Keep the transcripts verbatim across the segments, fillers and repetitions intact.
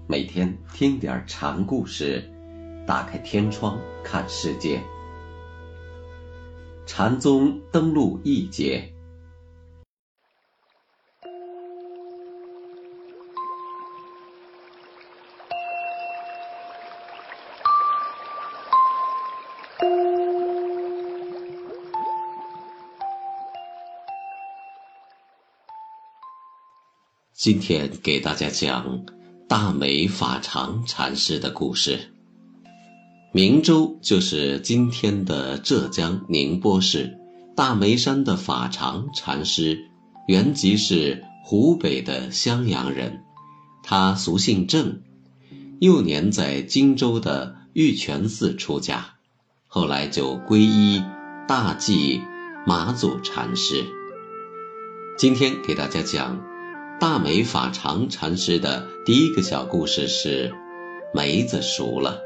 每天听点禅故事，打开天窗看世界。禅宗登陆一节。今天给大家讲大美法常禅师的故事。明州就是今天的浙江宁波市，大梅山的法常禅师原籍是湖北的襄阳人，他俗姓郑，幼年在荆州的玉泉寺出家，后来就皈依大寂马祖禅师。今天给大家讲大美法常禅师的第一个小故事是梅子熟了。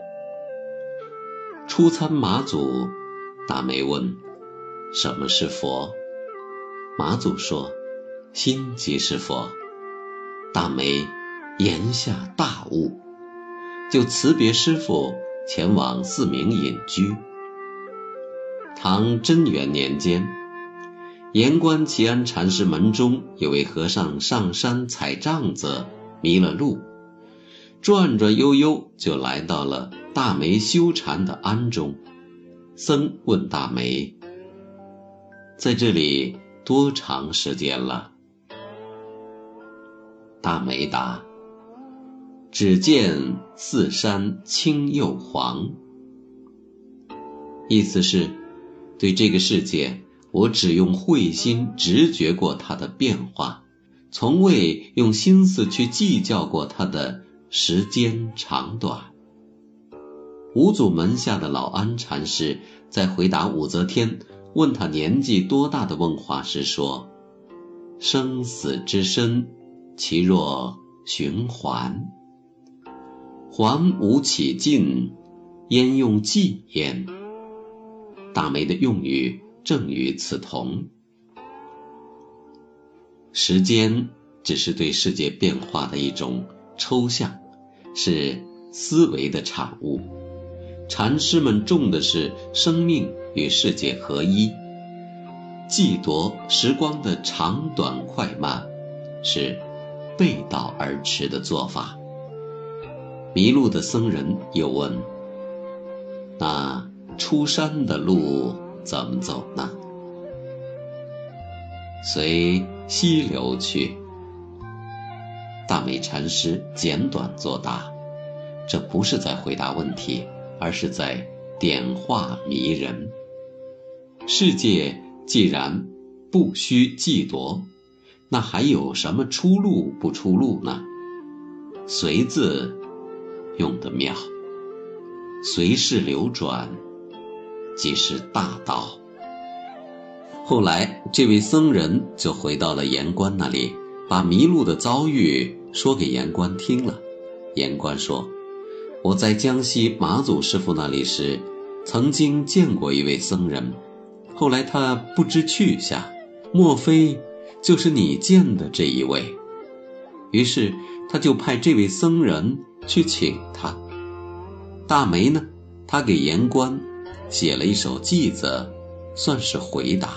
初参马祖，大梅问什么是佛？马祖说心即是佛。大梅言下大悟，就辞别师父前往寺名隐居。唐贞元年间，盐官齐安禅师门中有位和尚上山采杖子迷了路，转转悠悠就来到了大梅修禅的庵中。僧问大梅，在这里多长时间了？大梅答，只见四山青又黄。意思是对这个世界，我只用慧心直觉过它的变化，从未用心思去计较过它的时间长短。五祖门下的老安禅师在回答武则天问他年纪多大的问话时说，生死之身，其若循环，环无起尽，焉用计焉？大梅的用语正与此同。时间只是对世界变化的一种抽象，是思维的产物。禅师们重的是生命与世界合一，计夺时光的长短快慢，是背道而驰的做法。迷路的僧人又问，那出山的路怎么走呢？随溪流去。大美禅师简短作答，这不是在回答问题，而是在点化迷人。世界既然不需计夺，那还有什么出路不出路呢？随字用得妙，随势流转即是大道。后来这位僧人就回到了盐官那里，把迷路的遭遇说给盐官听了。盐官说，我在江西马祖师傅那里时，曾经见过一位僧人，后来他不知去向，莫非就是你见的这一位？于是他就派这位僧人去请他。大梅呢，他给盐官写了一首偈子，算是回答。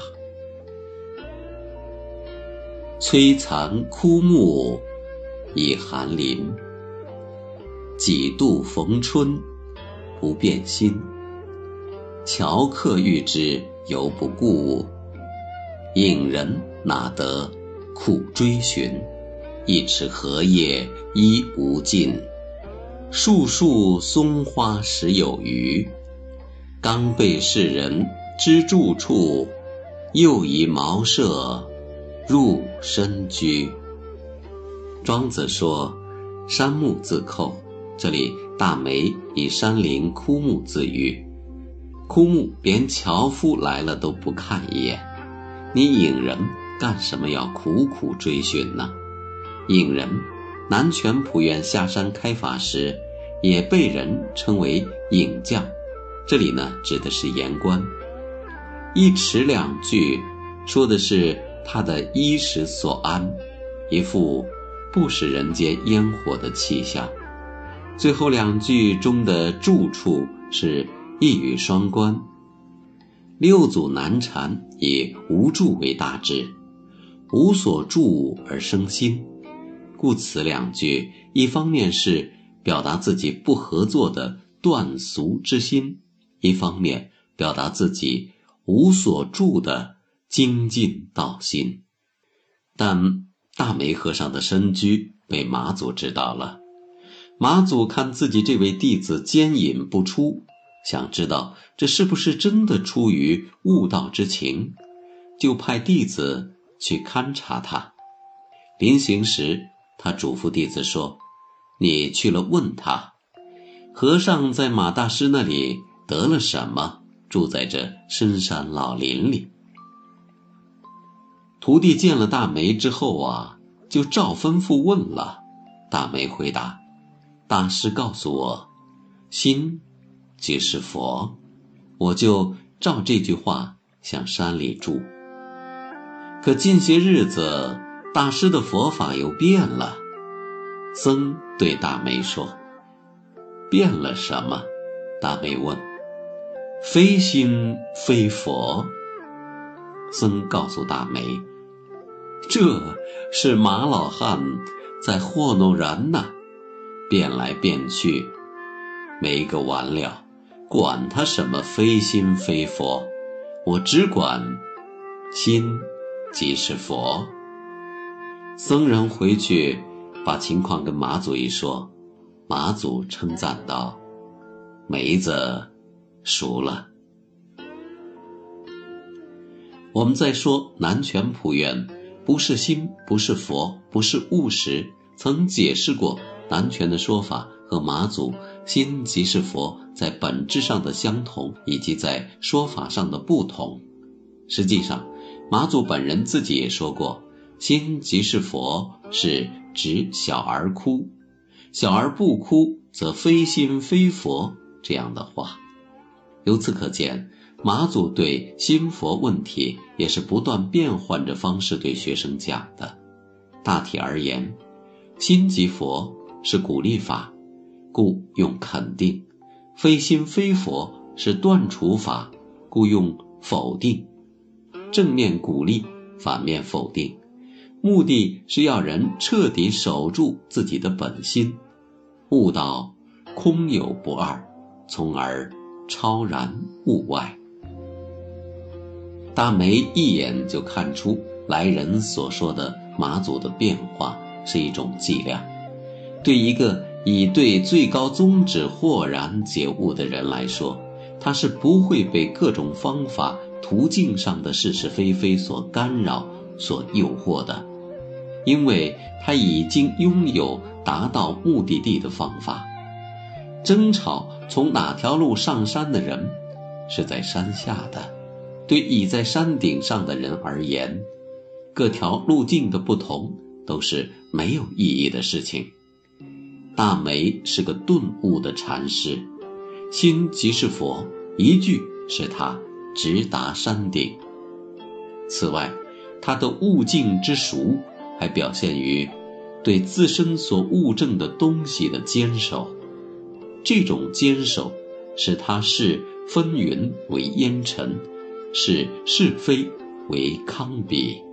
摧残枯木已寒林，几度逢春不变心。樵客遇之犹不顾，隐人哪得苦追寻。一池荷叶依无尽，树树松花时有余。刚被世人知住处，又以茅舍入深居。庄子说山木自寇，这里大梅以山林枯木自喻。枯木连樵夫来了都不看一眼，你隐人干什么要苦苦追寻呢？隐人南泉普愿下山开法时，也被人称为隐将，这里呢指的是盐官。一池两句说的是他的衣食所安，一副不食人间烟火的气象。最后两句中的住处是一语双关，六祖难禅以无住为大志，无所住而生心，故此两句一方面是表达自己不合作的断俗之心，一方面表达自己无所住的精进道心。但大梅和尚的深居被马祖知道了，马祖看自己这位弟子坚隐不出，想知道这是不是真的出于悟道之情，就派弟子去勘察他。临行时，他嘱咐弟子说，你去了问他，和尚在马大师那里得了什么，住在这深山老林里。徒弟见了大梅之后啊，就照吩咐问了。大梅回答，大师告诉我，心即是佛，我就照这句话向山里住。可近些日子，大师的佛法又变了。僧对大梅说，变了什么？大梅问。非心非佛。僧告诉大梅，这是马老汉在糊弄人呢，变来变去没个完了，管他什么非心非佛，我只管心即是佛。僧人回去把情况跟马祖一说，马祖称赞道，梅子熟了。我们在说南拳普愿不是心，不是佛，不是悟时，曾解释过南拳的说法和马祖心即是佛在本质上的相同，以及在说法上的不同。实际上，马祖本人自己也说过，心即是佛是指小儿哭，小儿不哭则非心非佛这样的话。由此可见，马祖对心佛问题也是不断变换着方式对学生讲的。大体而言，心即佛是鼓励法，故用肯定；非心非佛是断除法，故用否定。正面鼓励，反面否定，目的是要人彻底守住自己的本心，悟到空有不二，从而超然物外。大梅一眼就看出来人所说的马祖的变化是一种伎俩，对一个已对最高宗旨豁然解悟的人来说，他是不会被各种方法途径上的是是非非所干扰所诱惑的，因为他已经拥有达到目的地的方法。争吵从哪条路上山的人是在山下的，对已在山顶上的人而言，各条路径的不同都是没有意义的事情。大梅是个顿悟的禅师，心即是佛一句使他直达山顶。此外，他的悟境之熟还表现于对自身所悟证的东西的坚守，这种坚守使他视纷纭为烟尘，视是非为糠秕。